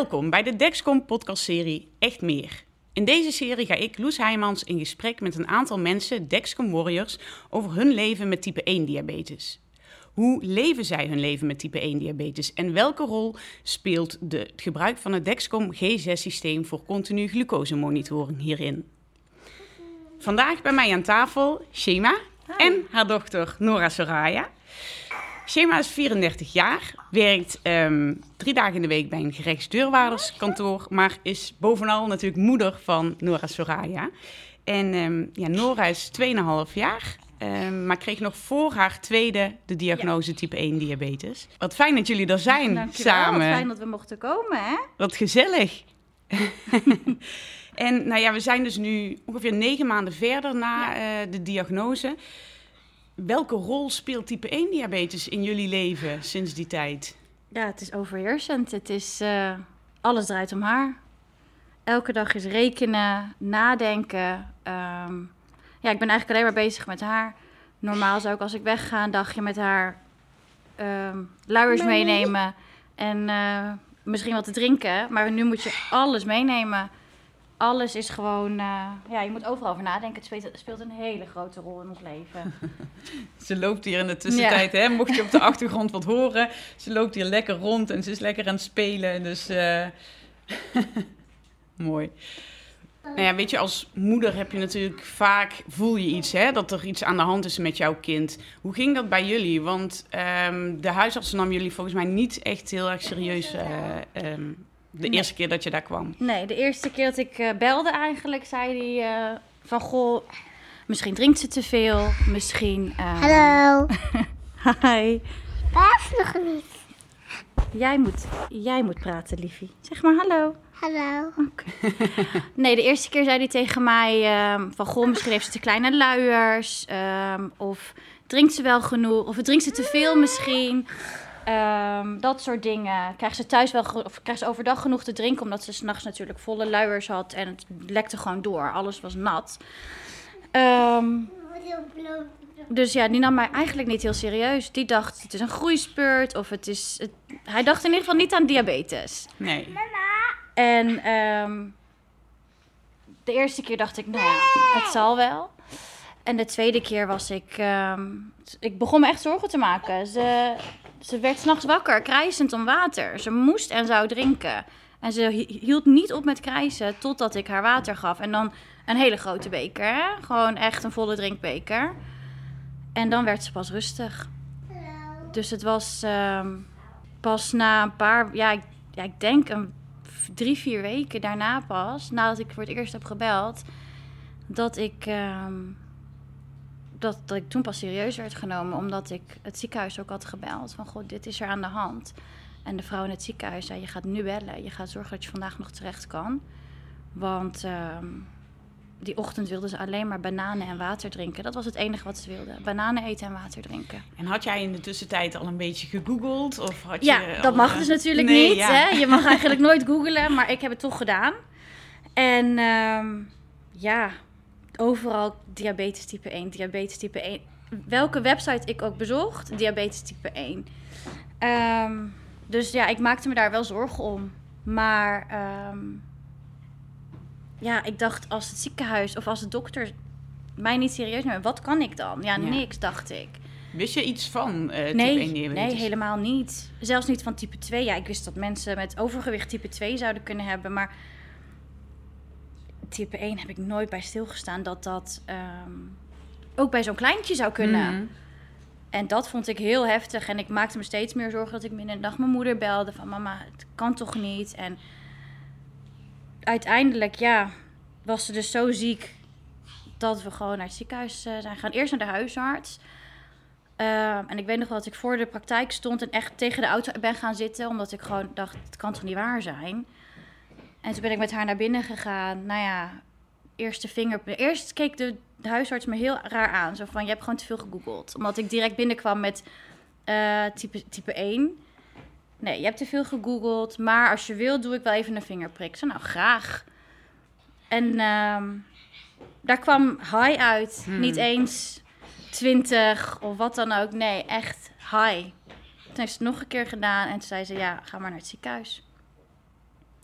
Welkom bij de Dexcom podcastserie Echt Meer. In deze serie ga ik, Loes Heijmans, in gesprek met een aantal mensen, Dexcom Warriors, over hun leven met type 1 diabetes. Hoe leven zij hun leven met type 1 diabetes en welke rol speelt het gebruik van het Dexcom G6-systeem voor continu glucosemonitoring hierin? Vandaag bij mij aan tafel Shema en haar dochter Nora Soraya. Shema is 34 jaar, werkt 3 dagen in de week bij een gerechtsdeurwaarderskantoor, maar is bovenal natuurlijk moeder van Nora Soraya. En Nora is 2,5 jaar, maar kreeg nog voor haar tweede de diagnose type 1 diabetes. Wat fijn dat jullie er zijn. Dankjewel, samen. wat fijn dat we mochten komen, hè? Wat gezellig. En we zijn dus nu ongeveer 9 maanden verder na de diagnose. Welke rol speelt type 1 diabetes in jullie leven sinds die tijd? Ja, het is overheersend. Het is, alles draait om haar. Elke dag is rekenen, nadenken. Ik ben eigenlijk alleen maar bezig met haar. Normaal zou ik als ik wegga een dagje met haar luiers meenemen. En misschien wat te drinken. Maar nu moet je alles meenemen. Alles is gewoon, je moet overal over nadenken. Het speelt een hele grote rol in ons leven. Ze loopt hier in de tussentijd, hè? Mocht je op de achtergrond wat horen. Ze loopt hier lekker rond en ze is lekker aan het spelen. Dus mooi. Weet je, als moeder heb je natuurlijk vaak, voel je iets, hè? Dat er iets aan de hand is met jouw kind. Hoe ging dat bij jullie? Want de huisarts nam jullie volgens mij niet echt heel erg serieus de eerste keer dat je daar kwam. Nee, de eerste keer dat ik belde eigenlijk, zei hij van, goh, misschien drinkt ze te veel, misschien... Hallo. Hi. Waar is nog niet? Jij moet praten, liefie. Zeg maar hallo. Hallo. Okay. Nee, de eerste keer zei hij tegen mij van, goh, misschien heeft ze te kleine luiers. Of drinkt ze wel genoeg, of drinkt ze te veel misschien. Dat soort dingen. Krijgt ze thuis krijgt ze overdag genoeg te drinken, omdat ze 's nachts natuurlijk volle luiers had en het lekte gewoon door. Alles was nat. Dus ja, die nam mij eigenlijk niet heel serieus. Die dacht, het is een groeispurt of hij dacht in ieder geval niet aan diabetes. Nee. En de eerste keer dacht ik, het zal wel. En de tweede keer was ik begon me echt zorgen te maken. Ze werd 's nachts wakker, krijsend om water. Ze moest en zou drinken. En ze hield niet op met krijsen totdat ik haar water gaf. En dan een hele grote beker, hè? Gewoon echt een volle drinkbeker. En dan werd ze pas rustig. Dus het was pas na een paar... ik denk 3-4 weken daarna pas, nadat ik voor het eerst heb gebeld, dat ik toen pas serieus werd genomen, omdat ik het ziekenhuis ook had gebeld. Van, goh, dit is er aan de hand. En de vrouw in het ziekenhuis zei, je gaat nu bellen. Je gaat zorgen dat je vandaag nog terecht kan. Want die ochtend wilde ze alleen maar bananen en water drinken. Dat was het enige wat ze wilde. Bananen eten en water drinken. En had jij in de tussentijd al een beetje gegoogeld? Of had Dat mag dus natuurlijk niet. Ja. Hè? Je mag eigenlijk nooit googlen, maar ik heb het toch gedaan. En overal diabetes type 1, diabetes type 1. Welke website ik ook bezocht, diabetes type 1. Dus ik maakte me daar wel zorgen om. Maar ik dacht, als het ziekenhuis of als de dokter mij niet serieus neemt, wat kan ik dan? Ja, niks, dacht ik. Wist je iets van type 1 diabetes? Nee, helemaal niet. Zelfs niet van type 2. Ja, ik wist dat mensen met overgewicht type 2 zouden kunnen hebben, maar type 1 heb ik nooit bij stilgestaan dat ook bij zo'n kleintje zou kunnen. Mm. En dat vond ik heel heftig. En ik maakte me steeds meer zorgen dat ik midden in de dag mijn moeder belde van, mama, het kan toch niet? En uiteindelijk, was ze dus zo ziek dat we gewoon naar het ziekenhuis zijn gegaan. Eerst naar de huisarts. En ik weet nog wel dat ik voor de praktijk stond en echt tegen de auto ben gaan zitten, omdat ik gewoon dacht, het kan toch niet waar zijn? En toen ben ik met haar naar binnen gegaan. Eerst keek de huisarts me heel raar aan. Zo van, je hebt gewoon te veel gegoogeld. Omdat ik direct binnenkwam met type 1. Nee, je hebt te veel gegoogeld. Maar als je wil, doe ik wel even een vingerprik. Zo, nou, graag. En daar kwam high uit. Niet eens 20 of wat dan ook. Nee, echt high. Toen heeft ze het nog een keer gedaan. En toen zei ze, ga maar naar het ziekenhuis.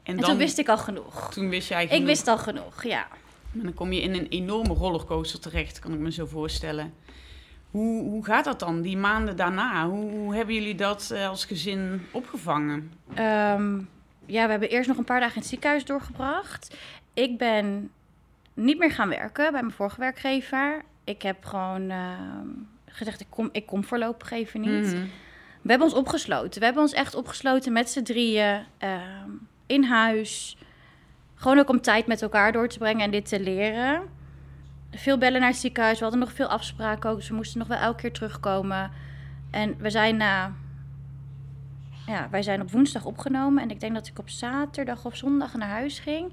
En toen wist ik al genoeg. Toen wist jij genoeg. Ik wist al genoeg, ja. En dan kom je in een enorme rollercoaster terecht, kan ik me zo voorstellen. Hoe gaat dat dan, die maanden daarna? Hoe hebben jullie dat als gezin opgevangen? We hebben eerst nog een paar dagen in het ziekenhuis doorgebracht. Ik ben niet meer gaan werken bij mijn vorige werkgever. Ik heb gewoon gezegd, ik kom voorlopig even niet. Mm-hmm. We hebben ons opgesloten. We hebben ons echt opgesloten met z'n drieën in huis. Gewoon ook om tijd met elkaar door te brengen en dit te leren. Veel bellen naar het ziekenhuis. We hadden nog veel afspraken ook. Dus we moesten nog wel elke keer terugkomen. En wij zijn op woensdag opgenomen. En ik denk dat ik op zaterdag of zondag naar huis ging.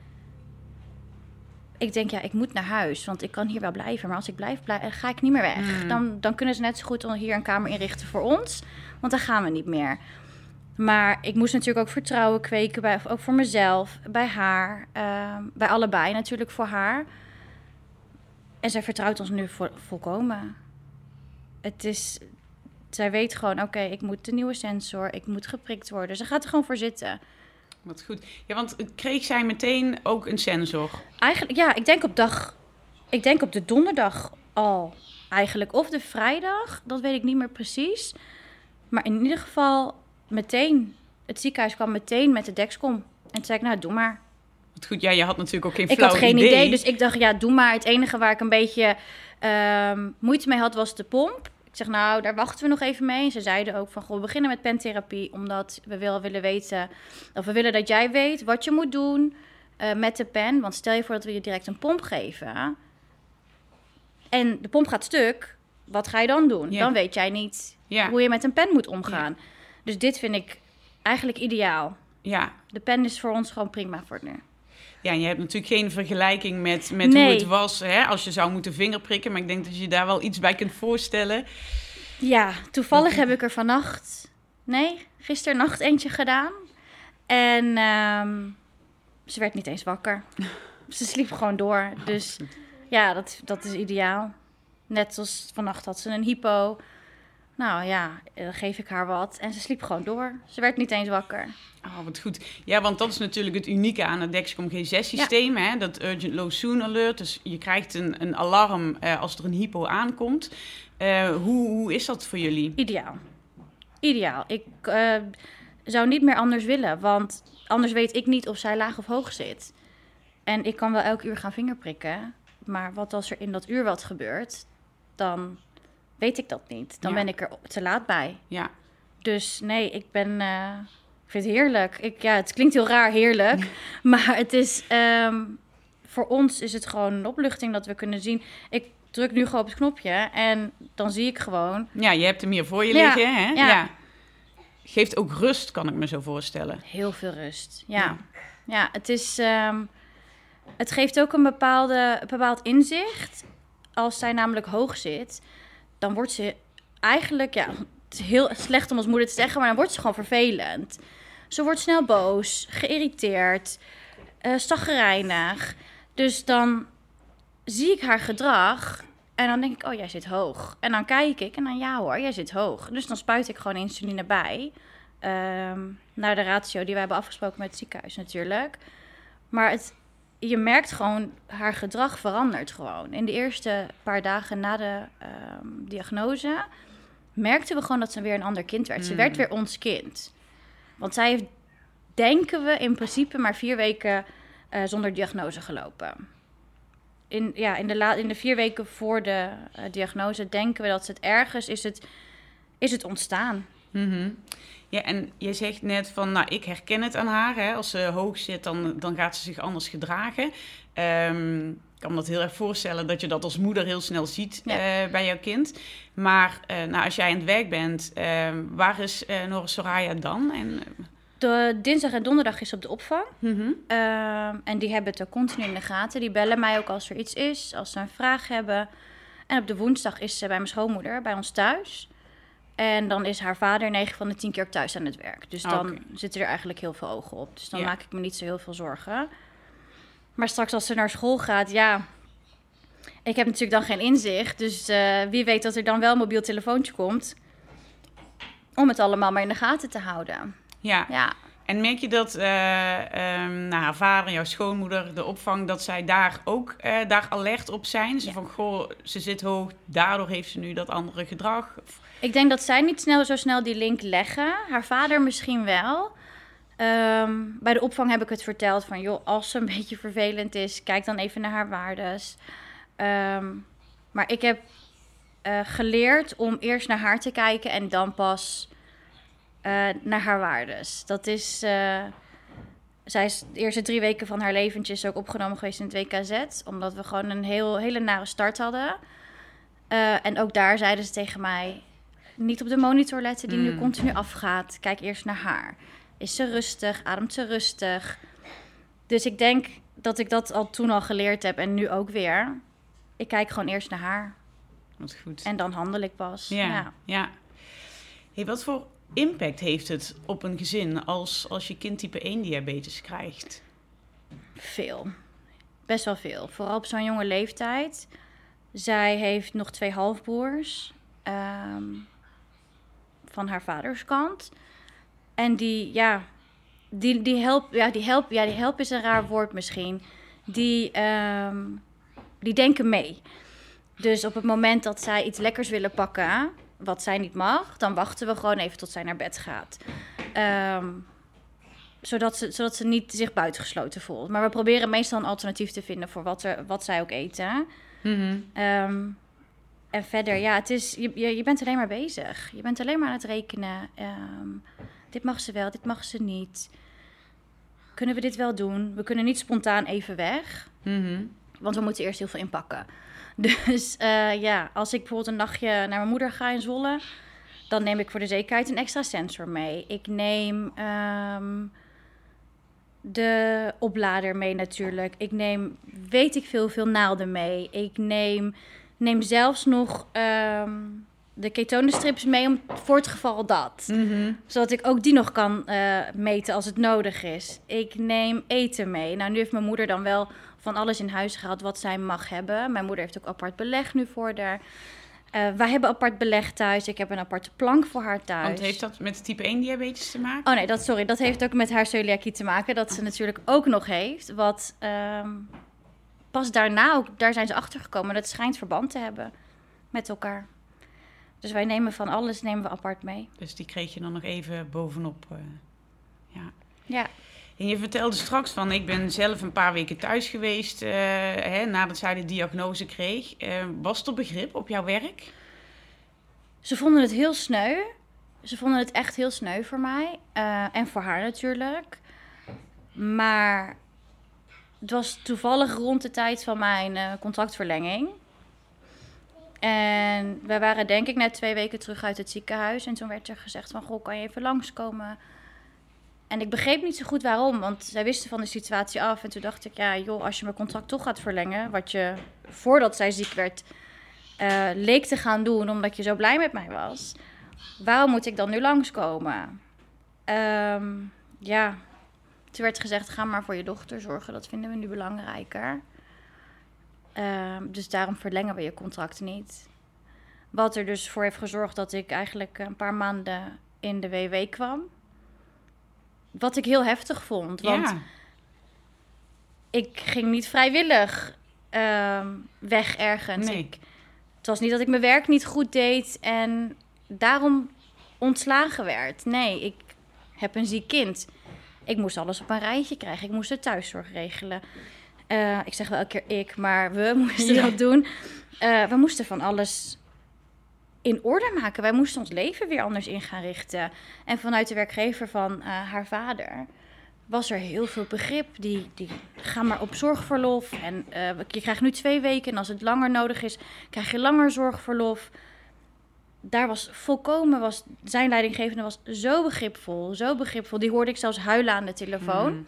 Ik denk, ik moet naar huis. Want ik kan hier wel blijven. Maar als ik blijf ga ik niet meer weg. Dan kunnen ze net zo goed hier een kamer inrichten voor ons. Want dan gaan we niet meer. Maar ik moest natuurlijk ook vertrouwen kweken. Ook voor mezelf, bij haar. Bij allebei natuurlijk voor haar. En zij vertrouwt ons nu volkomen. Zij weet gewoon, oké, ik moet de nieuwe sensor. Ik moet geprikt worden. Ze gaat er gewoon voor zitten. Wat goed. Ja, want kreeg zij meteen ook een sensor? Eigenlijk, ja, ik denk op de donderdag al eigenlijk. Of de vrijdag, dat weet ik niet meer precies. Maar in ieder geval meteen. Het ziekenhuis kwam meteen met de Dexcom. En toen zei ik, doe maar. Wat goed, ja, je had natuurlijk ook geen flauw idee. Ik had geen idee, dus ik dacht, doe maar. Het enige waar ik een beetje moeite mee had, was de pomp. Ik zeg, daar wachten we nog even mee. En ze zeiden ook van, we beginnen met pentherapie. Omdat we willen weten, of we willen dat jij weet wat je moet doen met de pen. Want stel je voor dat we je direct een pomp geven. En de pomp gaat stuk. Wat ga je dan doen? Ja. Dan weet jij niet hoe je met een pen moet omgaan. Ja. Dus dit vind ik eigenlijk ideaal. Ja. De pen is voor ons gewoon prima voor nu. Ja, en je hebt natuurlijk geen vergelijking met hoe het was als je zou moeten vingerprikken. Maar ik denk dat je daar wel iets bij kunt voorstellen. Ja, toevallig heb ik er gisternacht eentje gedaan. En ze werd niet eens wakker. Ze sliep gewoon door. Dus ja, dat is ideaal. Net als vannacht had ze een hypo. Nou ja, dan geef ik haar wat. En ze sliep gewoon door. Ze werd niet eens wakker. Oh, wat goed. Ja, want dat is natuurlijk het unieke aan het Dexcom G6-systeem. Ja. Dat Urgent Low Soon Alert. Dus je krijgt een alarm als er een hypo aankomt. Hoe is dat voor jullie? Ideaal. Ik zou niet meer anders willen. Want anders weet ik niet of zij laag of hoog zit. En ik kan wel elk uur gaan vingerprikken. Maar wat als er in dat uur wat gebeurt, dan weet ik dat niet. Dan ben ik er te laat bij. Ja. Dus nee, ik vind het heerlijk. Het klinkt heel raar, heerlijk. Maar het is, voor ons is het gewoon een opluchting dat we kunnen zien. Ik druk nu gewoon op het knopje en dan zie ik gewoon. Ja, je hebt hem hier voor je liggen, hè? Ja. Geeft ook rust, kan ik me zo voorstellen. Heel veel rust, ja. Het is, het geeft ook een bepaald inzicht. Als zij namelijk hoog zit, dan wordt ze eigenlijk, het is heel slecht om als moeder te zeggen, maar dan wordt ze gewoon vervelend. Ze wordt snel boos, geïrriteerd, chagrijnig. Dus dan zie ik haar gedrag en dan denk ik, jij zit hoog. En dan kijk ik en dan ja hoor, jij zit hoog. Dus dan spuit ik gewoon insuline bij. Naar de ratio die we hebben afgesproken met het ziekenhuis natuurlijk. Maar je merkt gewoon, haar gedrag verandert gewoon. In de eerste paar dagen na de diagnose merkten we gewoon dat ze weer een ander kind werd. Ze werd weer ons kind. Want zij heeft, denken we, in principe maar 4 weken zonder diagnose gelopen. In de 4 weken voor de diagnose denken we dat het ergens is het ontstaan. Mm-hmm. Ja, en je zegt net van, ik herken het aan haar. Hè? Als ze hoog zit, dan gaat ze zich anders gedragen. Ik kan me dat heel erg voorstellen dat je dat als moeder heel snel ziet bij jouw kind. Maar als jij aan het werk bent, waar is Nora Soraya dan? De dinsdag en donderdag is op de opvang. Mm-hmm. En die hebben het ook continu in de gaten. Die bellen mij ook als er iets is, als ze een vraag hebben. En op de woensdag is ze bij mijn schoonmoeder, bij ons thuis. En dan is haar vader 9 van de 10 keer thuis aan het werk. Dus dan zitten er eigenlijk heel veel ogen op. Dus dan maak ik me niet zo heel veel zorgen. Maar straks als ze naar school gaat, ik heb natuurlijk dan geen inzicht. Dus wie weet dat er dan wel een mobiel telefoontje komt. Om het allemaal maar in de gaten te houden. Ja. En merk je dat haar vader, jouw schoonmoeder, de opvang, dat zij daar ook daar alert op zijn? Zo van, goh, ze zit hoog, daardoor heeft ze nu dat andere gedrag. Ik denk dat zij niet zo snel die link leggen. Haar vader misschien wel. Bij de opvang heb ik het verteld van, joh, als ze een beetje vervelend is, kijk dan even naar haar waardes. Maar ik heb geleerd om eerst naar haar te kijken en dan pas naar haar waardes. Dat is... zij is de eerste 3 weken van haar leventjes ook opgenomen geweest in het WKZ. Omdat we gewoon een hele nare start hadden. En ook daar zeiden ze tegen mij, niet op de monitor letten die nu continu afgaat. Kijk eerst naar haar. Is ze rustig? Ademt ze rustig? Dus ik denk dat ik dat toen al geleerd heb en nu ook weer. Ik kijk gewoon eerst naar haar. Wat goed. En dan handel ik pas. Ja. Hey, wat voor impact heeft het op een gezin als je kind type 1 diabetes krijgt? Veel. Best wel veel. Vooral op zo'n jonge leeftijd. Zij heeft nog 2 halfbroers. Van haar vaders kant. En die helpen is een raar woord misschien. Die denken mee. Dus op het moment dat zij iets lekkers willen pakken, wat zij niet mag, dan wachten we gewoon even tot zij naar bed gaat. Zodat ze niet zich buitengesloten voelt. Maar we proberen meestal een alternatief te vinden voor wat zij ook eten. Mm-hmm. En verder, het is, je bent alleen maar bezig. Je bent alleen maar aan het rekenen. Dit mag ze wel, dit mag ze niet. Kunnen we dit wel doen? We kunnen niet spontaan even weg. Mm-hmm. Want we moeten eerst heel veel inpakken. Dus als ik bijvoorbeeld een nachtje naar mijn moeder ga in Zwolle, dan neem ik voor de zekerheid een extra sensor mee. Ik neem de oplader mee natuurlijk. Ik neem, weet ik veel naalden mee. Ik neem zelfs nog de ketonestrips mee voor het geval dat. Mm-hmm. Zodat ik ook die nog kan meten als het nodig is. Ik neem eten mee. Nou, nu heeft mijn moeder dan wel van alles in huis gehaald wat zij mag hebben. Mijn moeder heeft ook apart beleg nu voor haar. Wij hebben apart beleg thuis. Ik heb een aparte plank voor haar thuis. Want heeft dat met type 1 diabetes te maken? Oh nee, dat heeft ook met haar celiakie te maken. Dat ze natuurlijk ook nog heeft. Wat pas daarna ook, daar zijn ze achter gekomen. Dat schijnt verband te hebben met elkaar. Dus wij nemen van alles apart mee. Dus die kreeg je dan nog even bovenop. Ja. En je vertelde straks van, ik ben zelf een paar weken thuis geweest nadat zij de diagnose kreeg. Was er begrip op jouw werk? Ze vonden het heel sneu. Ze vonden het echt heel sneu voor mij. En voor haar natuurlijk. Maar het was toevallig rond de tijd van mijn contractverlenging. En wij waren denk ik net 2 weken terug uit het ziekenhuis. En toen werd er gezegd van, goh, kan je even langskomen? En ik begreep niet zo goed waarom, want zij wisten van de situatie af. En toen dacht ik, als je mijn contract toch gaat verlengen, wat je voordat zij ziek werd leek te gaan doen, omdat je zo blij met mij was. Waarom moet ik dan nu langskomen? Toen werd gezegd, ga maar voor je dochter zorgen, dat vinden we nu belangrijker. Dus daarom verlengen we je contract niet. Wat er dus voor heeft gezorgd dat ik eigenlijk een paar maanden in de WW kwam. Wat ik heel heftig vond, want ik ging niet vrijwillig weg ergens. Nee. Het was niet dat ik mijn werk niet goed deed en daarom ontslagen werd. Nee, ik heb een ziek kind. Ik moest alles op een rijtje krijgen. Ik moest de thuiszorg regelen. Ik zeg wel elke keer maar we moesten dat doen. We moesten van alles in orde maken. Wij moesten ons leven weer anders in gaan richten. En vanuit de werkgever van haar vader was er heel veel begrip. Die ga maar op zorgverlof. En je krijgt nu 2 weken. En als het langer nodig is, krijg je langer zorgverlof. Daar was zijn leidinggevende was zo begripvol. Die hoorde ik zelfs huilen aan de telefoon.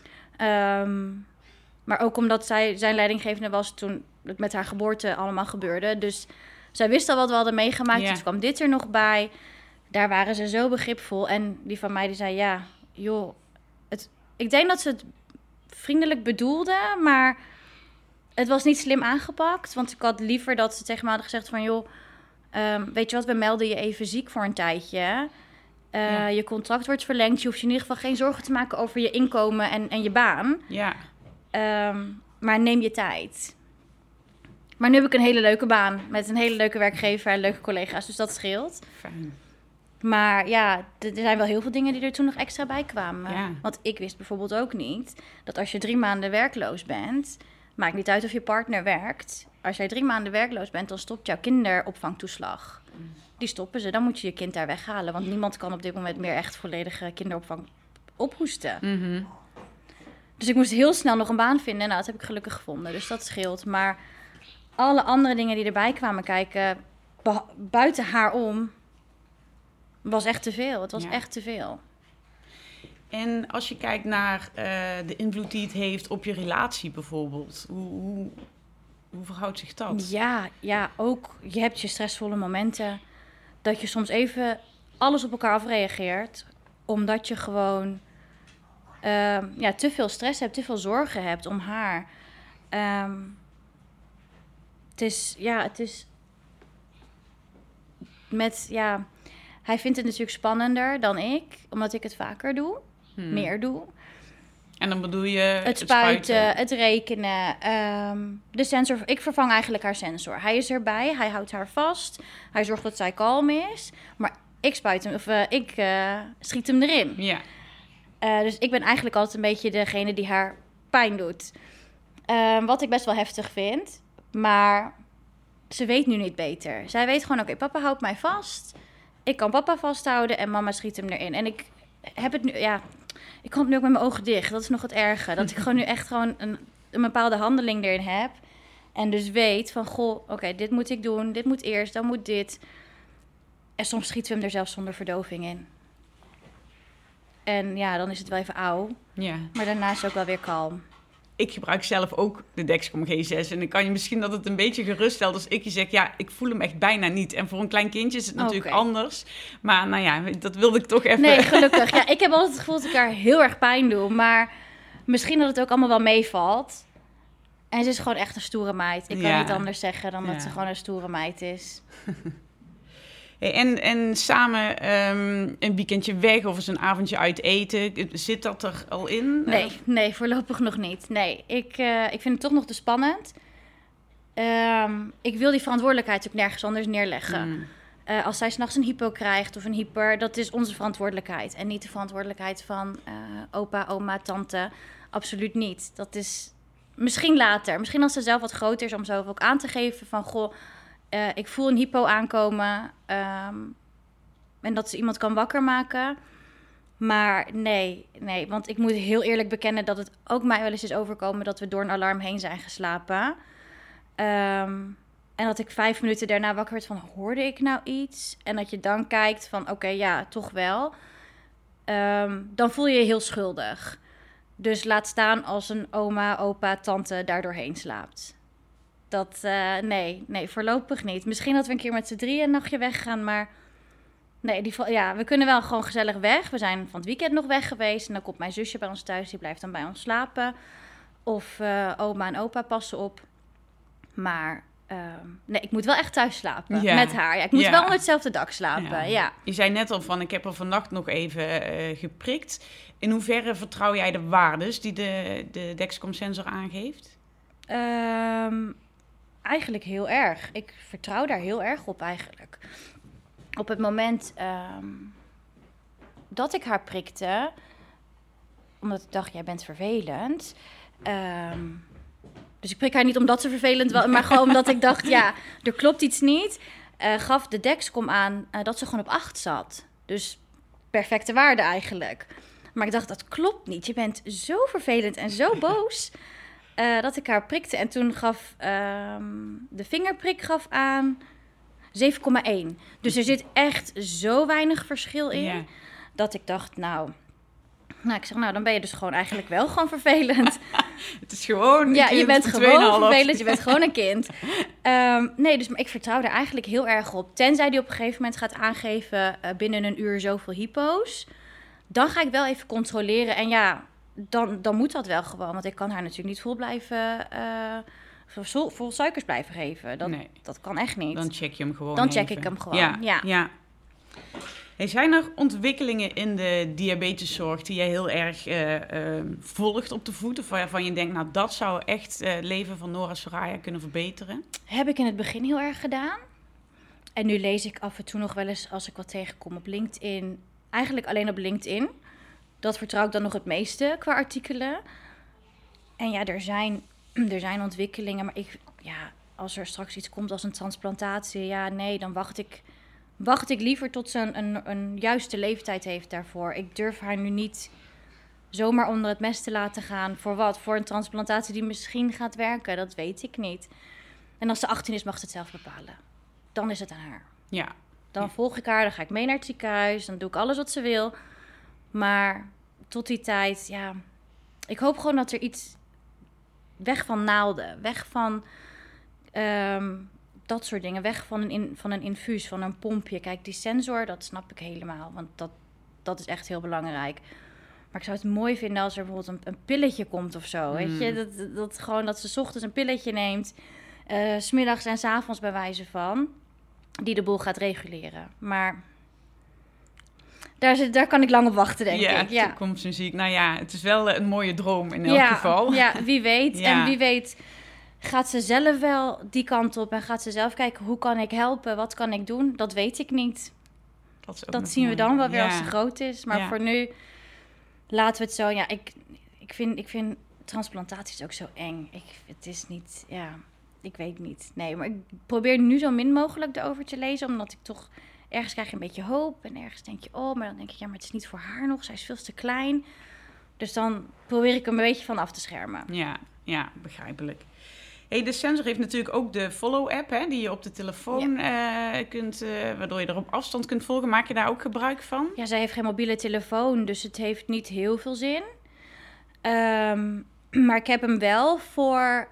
Maar ook omdat zijn leidinggevende was toen het met haar geboorte allemaal gebeurde. Dus zij wist al wat we hadden meegemaakt. Dus kwam dit er nog bij. Daar waren ze zo begripvol. En die van mij die zei, ik denk dat ze het vriendelijk bedoelde, maar het was niet slim aangepakt. Want ik had liever dat ze tegen me hadden gezegd van, weet je wat, we melden je even ziek voor een tijdje. Je contract wordt verlengd. Je hoeft je in ieder geval geen zorgen te maken over je inkomen en je baan. Ja. Maar neem je tijd. Maar nu heb ik een hele leuke baan met een hele leuke werkgever en leuke collega's. Dus dat scheelt. Fijn. Maar ja, er zijn wel heel veel dingen die er toen nog extra bij kwamen. Ja. Want ik wist bijvoorbeeld ook niet dat als je 3 maanden werkloos bent... Maakt niet uit of je partner werkt. Als jij 3 maanden werkloos bent, dan stopt jouw kinderopvangtoeslag. Die stoppen ze, dan moet je je kind daar weghalen. Want niemand kan op dit moment meer echt volledige kinderopvang ophoesten. Mhm. Dus ik moest heel snel nog een baan vinden. Nou, dat heb ik gelukkig gevonden, dus dat scheelt. Maar alle andere dingen die erbij kwamen kijken, buiten haar om, was echt te veel. Het was echt te veel. En als je kijkt naar de invloed die het heeft op je relatie bijvoorbeeld, hoe verhoudt zich dat? Ja, ook je hebt je stressvolle momenten. Dat je soms even alles op elkaar afreageert. Omdat je gewoon te veel stress hebt, te veel zorgen hebt om haar. Het is hij vindt het natuurlijk spannender dan ik, omdat ik het vaker doe, meer doe. En dan bedoel je Het spuiten, het rekenen, de sensor. Ik vervang eigenlijk haar sensor. Hij is erbij, hij houdt haar vast, hij zorgt dat zij kalm is, maar ik spuit hem, ik schiet hem erin. Ja. Dus ik ben eigenlijk altijd een beetje degene die haar pijn doet. Wat ik best wel heftig vind, maar ze weet nu niet beter. Zij weet gewoon, oké, papa houdt mij vast. Ik kan papa vasthouden en mama schiet hem erin. En ik heb het nu, ik kan het nu ook met mijn ogen dicht. Dat is nog het erge. Dat ik gewoon nu echt gewoon een bepaalde handeling erin heb. En dus weet van, goh, oké, dit moet ik doen. Dit moet eerst, dan moet dit. En soms schieten we hem er zelfs zonder verdoving in. En ja, dan is het wel even auw. Ja. Maar daarna is het ook wel weer kalm. Ik gebruik zelf ook de Dexcom G6. En dan kan je misschien dat het een beetje geruststelt als ik je zeg, ja, ik voel hem echt bijna niet. En voor een klein kindje is het natuurlijk anders. Maar nou ja, dat wilde ik toch even... Nee, gelukkig. Ja, ik heb altijd het gevoel dat ik haar heel erg pijn doe. Maar misschien dat het ook allemaal wel meevalt. En ze is gewoon echt een stoere meid. Ik kan niet anders zeggen dan dat ze gewoon een stoere meid is. Hey, en samen een weekendje weg of eens een avondje uit eten, zit dat er al in? Nee, voorlopig nog niet. Nee, ik vind het toch nog te spannend. Ik wil die verantwoordelijkheid ook nergens anders neerleggen. Als zij 's nachts een hypo krijgt of een hyper, dat is onze verantwoordelijkheid. En niet de verantwoordelijkheid van opa, oma, tante. Absoluut niet. Dat is misschien later. Misschien als ze zelf wat groter is om zo ook aan te geven van, goh, ik voel een hypo aankomen. En dat ze iemand kan wakker maken. Maar nee, want ik moet heel eerlijk bekennen dat het ook mij wel eens is overkomen dat we door een alarm heen zijn geslapen. En dat ik 5 minuten daarna wakker werd van, hoorde ik nou iets? En dat je dan kijkt van, oké, ja, toch wel. Dan voel je je heel schuldig. Dus laat staan als een oma, opa, tante daar doorheen slaapt. Dat, nee, voorlopig niet. Misschien dat we een keer met z'n 3 een nachtje weggaan, maar nee, we kunnen wel gewoon gezellig weg. We zijn van het weekend nog weg geweest en dan komt mijn zusje bij ons thuis, die blijft dan bij ons slapen. Of oma en opa passen op. Maar nee, ik moet wel echt thuis slapen met haar. Ja, ik moet wel onder hetzelfde dak slapen, ja. Je zei net al van, ik heb er vannacht nog even geprikt. In hoeverre vertrouw jij de waardes die de Dexcom-sensor aangeeft? Eigenlijk heel erg. Ik vertrouw daar heel erg op eigenlijk. Op het moment dat ik haar prikte, omdat ik dacht, jij bent vervelend. Dus ik prik haar niet omdat ze vervelend was, maar gewoon omdat ik dacht, ja, er klopt iets niet. Gaf de Dexcom aan dat ze gewoon op 8 zat. Dus perfecte waarde eigenlijk. Maar ik dacht, dat klopt niet. Je bent zo vervelend en zo boos. Dat ik haar prikte. En toen gaf de vingerprik aan 7,1. Dus er zit echt zo weinig verschil in. Yeah. Dat ik dacht, ik zeg, dan ben je dus gewoon eigenlijk wel gewoon vervelend. Het is gewoon een kind. Je bent gewoon vervelend. Je bent gewoon een kind. Nee, dus maar ik vertrouw er eigenlijk heel erg op. Tenzij die op een gegeven moment gaat aangeven binnen een uur zoveel hypo's. Dan ga ik wel even controleren. En ja, dan moet dat wel gewoon. Want ik kan haar natuurlijk niet vol suikers blijven geven. Dat kan echt niet. Dan check je hem gewoon. Dan check ik hem gewoon, ja. Hey, zijn er ontwikkelingen in de diabeteszorg die jij heel erg volgt op de voet? Of waarvan je denkt, nou dat zou echt het leven van Nora Soraya kunnen verbeteren? Heb ik in het begin heel erg gedaan. En nu lees ik af en toe nog wel eens als ik wat tegenkom op LinkedIn. Eigenlijk alleen op LinkedIn. Dat vertrouw ik dan nog het meeste qua artikelen. En ja, er zijn ontwikkelingen. Maar als er straks iets komt als een transplantatie, dan wacht ik liever tot ze een juiste leeftijd heeft daarvoor. Ik durf haar nu niet zomaar onder het mes te laten gaan. Voor wat? Voor een transplantatie die misschien gaat werken. Dat weet ik niet. En als ze 18 is, mag ze het zelf bepalen. Dan is het aan haar. Ja. Dan volg ik haar, dan ga ik mee naar het ziekenhuis. Dan doe ik alles wat ze wil. Maar tot die tijd, ik hoop gewoon dat er iets... Weg van naalden, weg van dat soort dingen. Weg van een infuus, van een pompje. Kijk, die sensor, dat snap ik helemaal. Want dat is echt heel belangrijk. Maar ik zou het mooi vinden als er bijvoorbeeld een pilletje komt of zo. Weet je? Dat ze 's ochtends een pilletje neemt. 's middags en 's avonds bij wijze van. Die de boel gaat reguleren. Maar daar kan ik lang op wachten, denk ik. Ja, toekomstmuziek. Nou ja, het is wel een mooie droom in elk geval. Ja, wie weet. Ja. En wie weet gaat ze zelf wel die kant op. En gaat ze zelf kijken, hoe kan ik helpen? Wat kan ik doen? Dat weet ik niet. Dat zien we dan wel weer als ze groot is. Maar voor nu laten we het zo. Ja, ik vind transplantaties ook zo eng. Het is niet... Ja, ik weet niet. Nee, maar ik probeer nu zo min mogelijk erover te lezen. Omdat ik toch... Ergens krijg je een beetje hoop. En ergens denk je, maar dan denk ik... Ja, maar het is niet voor haar nog. Zij is veel te klein. Dus dan probeer ik er een beetje van af te schermen. Ja, begrijpelijk. Hey, de sensor heeft natuurlijk ook de Follow-app, hè, die je op de telefoon kunt... waardoor je er op afstand kunt volgen. Maak je daar ook gebruik van? Ja, zij heeft geen mobiele telefoon. Dus het heeft niet heel veel zin. Maar ik heb hem wel voor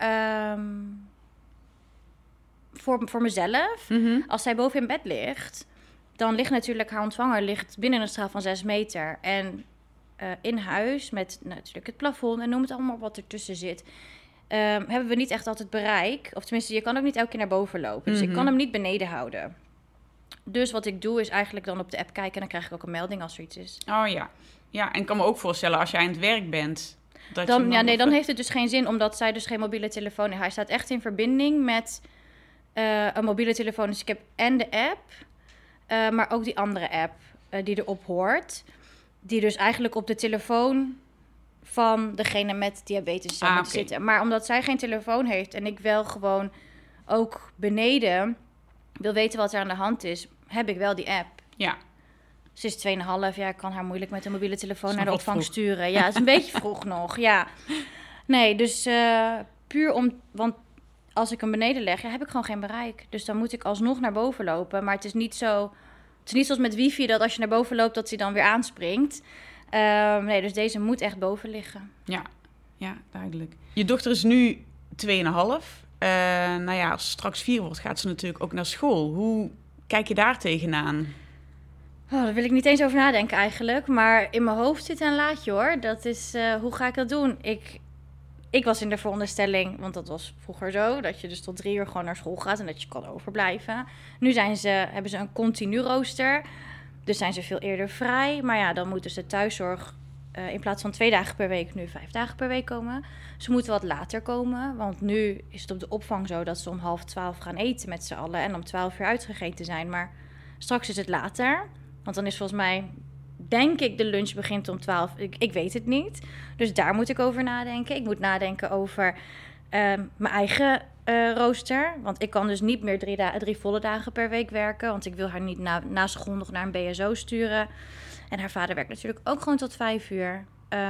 mezelf. Mm-hmm. Als zij boven in bed ligt... Dan ligt natuurlijk haar ontvanger binnen een straal van 6 meter. En in huis met natuurlijk het plafond en noem het allemaal wat ertussen zit... hebben we niet echt altijd bereik. Of tenminste, je kan ook niet elke keer naar boven lopen. Dus ik kan hem niet beneden houden. Dus wat ik doe is eigenlijk dan op de app kijken... en dan krijg ik ook een melding als er iets is. Oh ja. Ja, en ik kan me ook voorstellen als jij aan het werk bent... Dan heeft het dus geen zin, omdat zij dus geen mobiele telefoon heeft. Hij staat echt in verbinding met een mobiele telefoon. Dus ik heb en de app... maar ook die andere app die erop hoort. Die dus eigenlijk op de telefoon van degene met diabetes moet zitten. Maar omdat zij geen telefoon heeft en ik wel gewoon ook beneden wil weten wat er aan de hand is, heb ik wel die app. Ja. Ze is 2,5. Ja, ik kan haar moeilijk met een mobiele telefoon naar de opvang sturen. Ja, het is een beetje vroeg nog. Ja. Nee, dus puur want als ik hem beneden leg, heb ik gewoon geen bereik. Dus dan moet ik alsnog naar boven lopen. Maar het is niet zo... Het is niet zoals met wifi, dat als je naar boven loopt, dat hij dan weer aanspringt. Nee, dus deze moet echt boven liggen. Ja, duidelijk. Je dochter is nu 2,5. Nou ja, als ze straks 4 wordt, gaat ze natuurlijk ook naar school. Hoe kijk je daar tegenaan? Oh, daar wil ik niet eens over nadenken eigenlijk. Maar in mijn hoofd zit een laadje, hoor. Dat is, hoe ga ik dat doen? Ik was in de veronderstelling, want dat was vroeger zo... dat je dus tot 3 uur gewoon naar school gaat en dat je kan overblijven. Nu hebben ze een continu rooster, dus zijn ze veel eerder vrij. Maar ja, dan moet dus de thuiszorg in plaats van 2 dagen per week... nu 5 dagen per week komen. Ze moeten wat later komen, want nu is het op de opvang zo... dat ze om 11:30 gaan eten met z'n allen en om 12 uur uitgegeten zijn. Maar straks is het later, want dan is volgens mij... Denk ik, de lunch begint om 12. Ik weet het niet. Dus daar moet ik over nadenken. Ik moet nadenken over mijn eigen rooster. Want ik kan dus niet meer 3 volle dagen per week werken. Want ik wil haar niet na school nog naar een BSO sturen. En haar vader werkt natuurlijk ook gewoon tot 5 uur.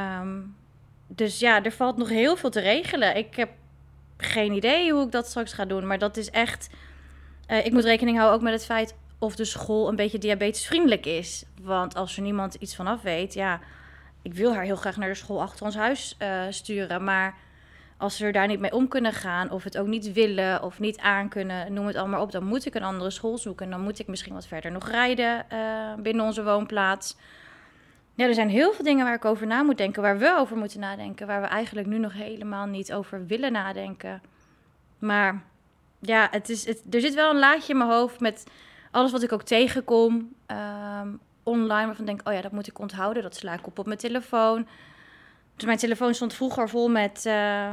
Dus ja, er valt nog heel veel te regelen. Ik heb geen idee hoe ik dat straks ga doen. Maar dat is echt... ik moet rekening houden ook met het feit... of de school een beetje diabetesvriendelijk is. Want als er niemand iets vanaf weet... ja, ik wil haar heel graag naar de school achter ons huis sturen. Maar als ze er daar niet mee om kunnen gaan... of het ook niet willen of niet aankunnen... noem het allemaal op, dan moet ik een andere school zoeken. En dan moet ik misschien wat verder nog rijden binnen onze woonplaats. Ja, er zijn heel veel dingen waar ik over na moet denken... waar we over moeten nadenken... waar we eigenlijk nu nog helemaal niet over willen nadenken. Maar ja, er zit wel een laadje in mijn hoofd... met alles wat ik ook tegenkom... online waarvan ik denk, oh ja, dat moet ik onthouden. Dat sla ik op mijn telefoon. Dus mijn telefoon stond vroeger vol met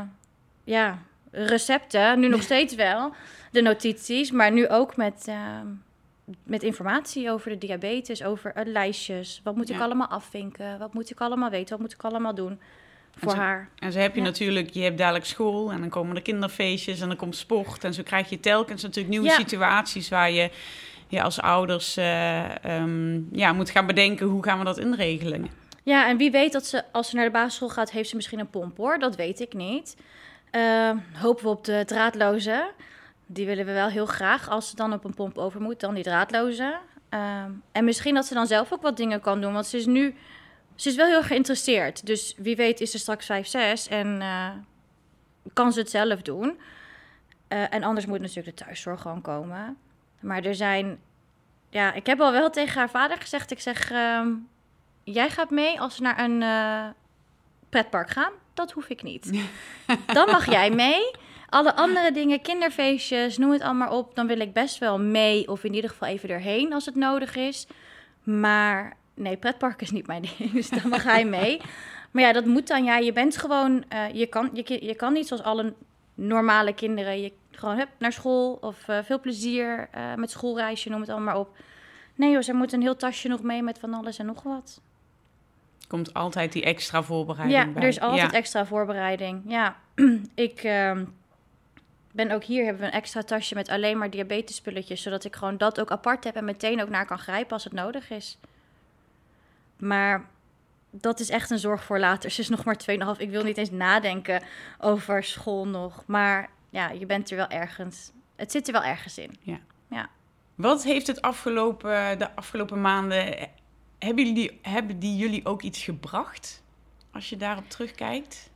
recepten. Nu nog steeds wel, de notities. Maar nu ook met informatie over de diabetes, over lijstjes. Wat moet ik allemaal afvinken? Wat moet ik allemaal weten? Wat moet ik allemaal doen voor haar? En zo heb je natuurlijk, je hebt dadelijk school en dan komen er kinderfeestjes en dan komt sport. En zo krijg je telkens natuurlijk nieuwe situaties waar je als ouders moet gaan bedenken, hoe gaan we dat inregelen? Ja, en wie weet dat als ze naar de basisschool gaat, heeft ze misschien een pomp, hoor. Dat weet ik niet. Hopen we op de draadloze. Die willen we wel heel graag. Als ze dan op een pomp over moet, dan die draadloze. En misschien dat ze dan zelf ook wat dingen kan doen. Want ze is wel heel geïnteresseerd. Dus wie weet is ze straks 5, 6 en kan ze het zelf doen. En anders moet natuurlijk de thuiszorg gewoon komen. Maar er zijn... Ja, ik heb al wel tegen haar vader gezegd. Ik zeg, jij gaat mee als we naar een pretpark gaan. Dat hoef ik niet. Dan mag jij mee. Alle andere dingen, kinderfeestjes, noem het allemaal op. Dan wil ik best wel mee of in ieder geval even erheen als het nodig is. Maar nee, pretpark is niet mijn ding. Dus dan mag hij mee. Maar ja, dat moet dan. Ja, je bent gewoon... Je kan niet zoals alle normale kinderen. Je gewoon naar school of veel plezier met schoolreisje, noem het allemaal op. Nee joh, zij moet een heel tasje nog mee met van alles en nog wat. Komt altijd die extra voorbereiding bij. Ja, er is altijd extra voorbereiding. Ja, ik ben ook hier, hebben we een extra tasje met alleen maar diabetespulletjes, zodat ik gewoon dat ook apart heb en meteen ook naar kan grijpen als het nodig is. Maar dat is echt een zorg voor later. Ze is nog maar 2,5. Ik wil niet eens nadenken over school nog. Maar ja, je bent er wel ergens. Het zit er wel ergens in. Ja. Wat heeft de afgelopen maanden... Hebben die jullie ook iets gebracht? Als je daarop terugkijkt?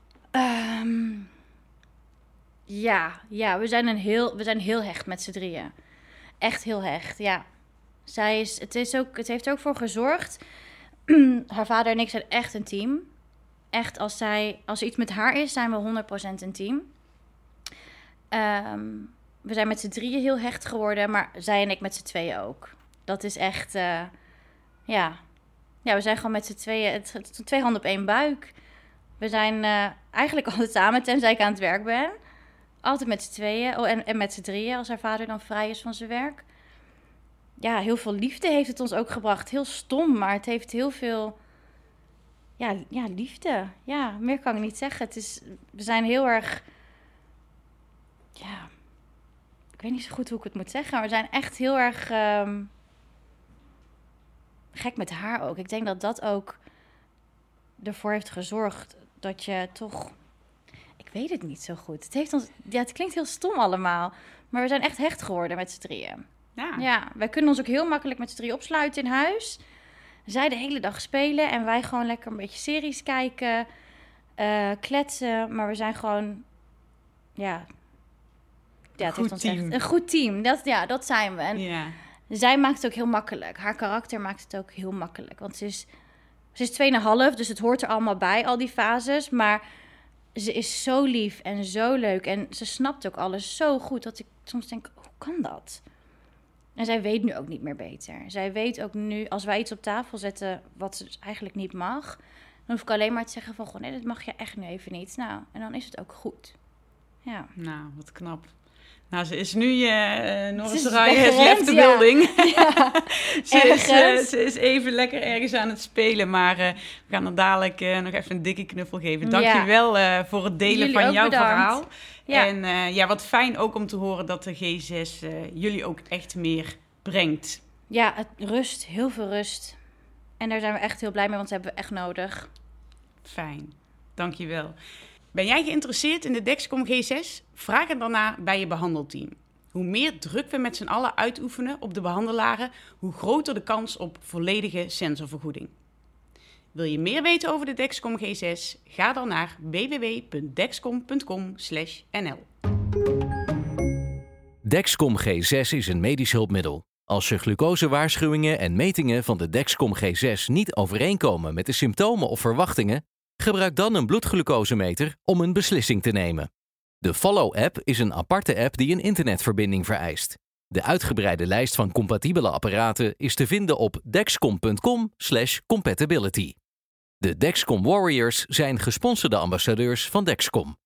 Ja, we zijn heel hecht met z'n drieën. Echt heel hecht, ja. Het heeft er ook voor gezorgd. Haar vader en ik zijn echt een team. Echt, als er iets met haar is, zijn we 100% een team. We zijn met z'n drieën heel hecht geworden, maar zij en ik met z'n tweeën ook. Dat is echt, Ja, we zijn gewoon met z'n tweeën, 2 handen op 1 buik. We zijn eigenlijk altijd samen, tenzij ik aan het werk ben. Altijd met z'n tweeën en met z'n drieën, als haar vader dan vrij is van zijn werk. Ja, heel veel liefde heeft het ons ook gebracht. Heel stom, maar het heeft heel veel... Ja, liefde. Ja, meer kan ik niet zeggen. We zijn heel erg... Ja, ik weet niet zo goed hoe ik het moet zeggen. Maar we zijn echt heel erg gek met haar ook. Ik denk dat dat ook ervoor heeft gezorgd dat je toch... Ik weet het niet zo goed. Het klinkt heel stom allemaal. Maar we zijn echt hecht geworden met z'n drieën. Ja, wij kunnen ons ook heel makkelijk met z'n drieën opsluiten in huis. Zij de hele dag spelen en wij gewoon lekker een beetje series kijken, kletsen. Maar we zijn gewoon, het heeft ons echt een goed team. Dat zijn we. En zij maakt het ook heel makkelijk. Haar karakter maakt het ook heel makkelijk. Want ze is 2,5, dus het hoort er allemaal bij, al die fases. Maar ze is zo lief en zo leuk. En ze snapt ook alles zo goed dat ik soms denk, hoe kan dat? En zij weet nu ook niet meer beter. Zij weet ook nu, als wij iets op tafel zetten wat ze dus eigenlijk niet mag, dan hoef ik alleen maar te zeggen van, nee, dat mag je echt nu even niet. Nou, en dan is het ook goed. Ja. Nou, wat knap. Nou, ze is nu Norris Raya has left the building. Ja. Ze is even lekker ergens aan het spelen. Maar we gaan er dadelijk nog even een dikke knuffel geven. Dank je wel voor het delen jullie van jouw bedankt. verhaal. Ja. En wat fijn ook om te horen dat de G6 jullie ook echt meer brengt. Ja, rust. Heel veel rust. En daar zijn we echt heel blij mee, want dat hebben we echt nodig. Fijn. Dank je wel. Ben jij geïnteresseerd in de Dexcom G6? Vraag het dan na bij je behandelteam. Hoe meer druk we met z'n allen uitoefenen op de behandelaren, hoe groter de kans op volledige sensorvergoeding. Wil je meer weten over de Dexcom G6? Ga dan naar www.dexcom.com/nl. Dexcom G6 is een medisch hulpmiddel. Als je glucosewaarschuwingen en metingen van de Dexcom G6 niet overeenkomen met de symptomen of verwachtingen, gebruik dan een bloedglucosemeter om een beslissing te nemen. De Follow-app is een aparte app die een internetverbinding vereist. De uitgebreide lijst van compatibele apparaten is te vinden op dexcom.com/compatibility. De Dexcom Warriors zijn gesponsorde ambassadeurs van Dexcom.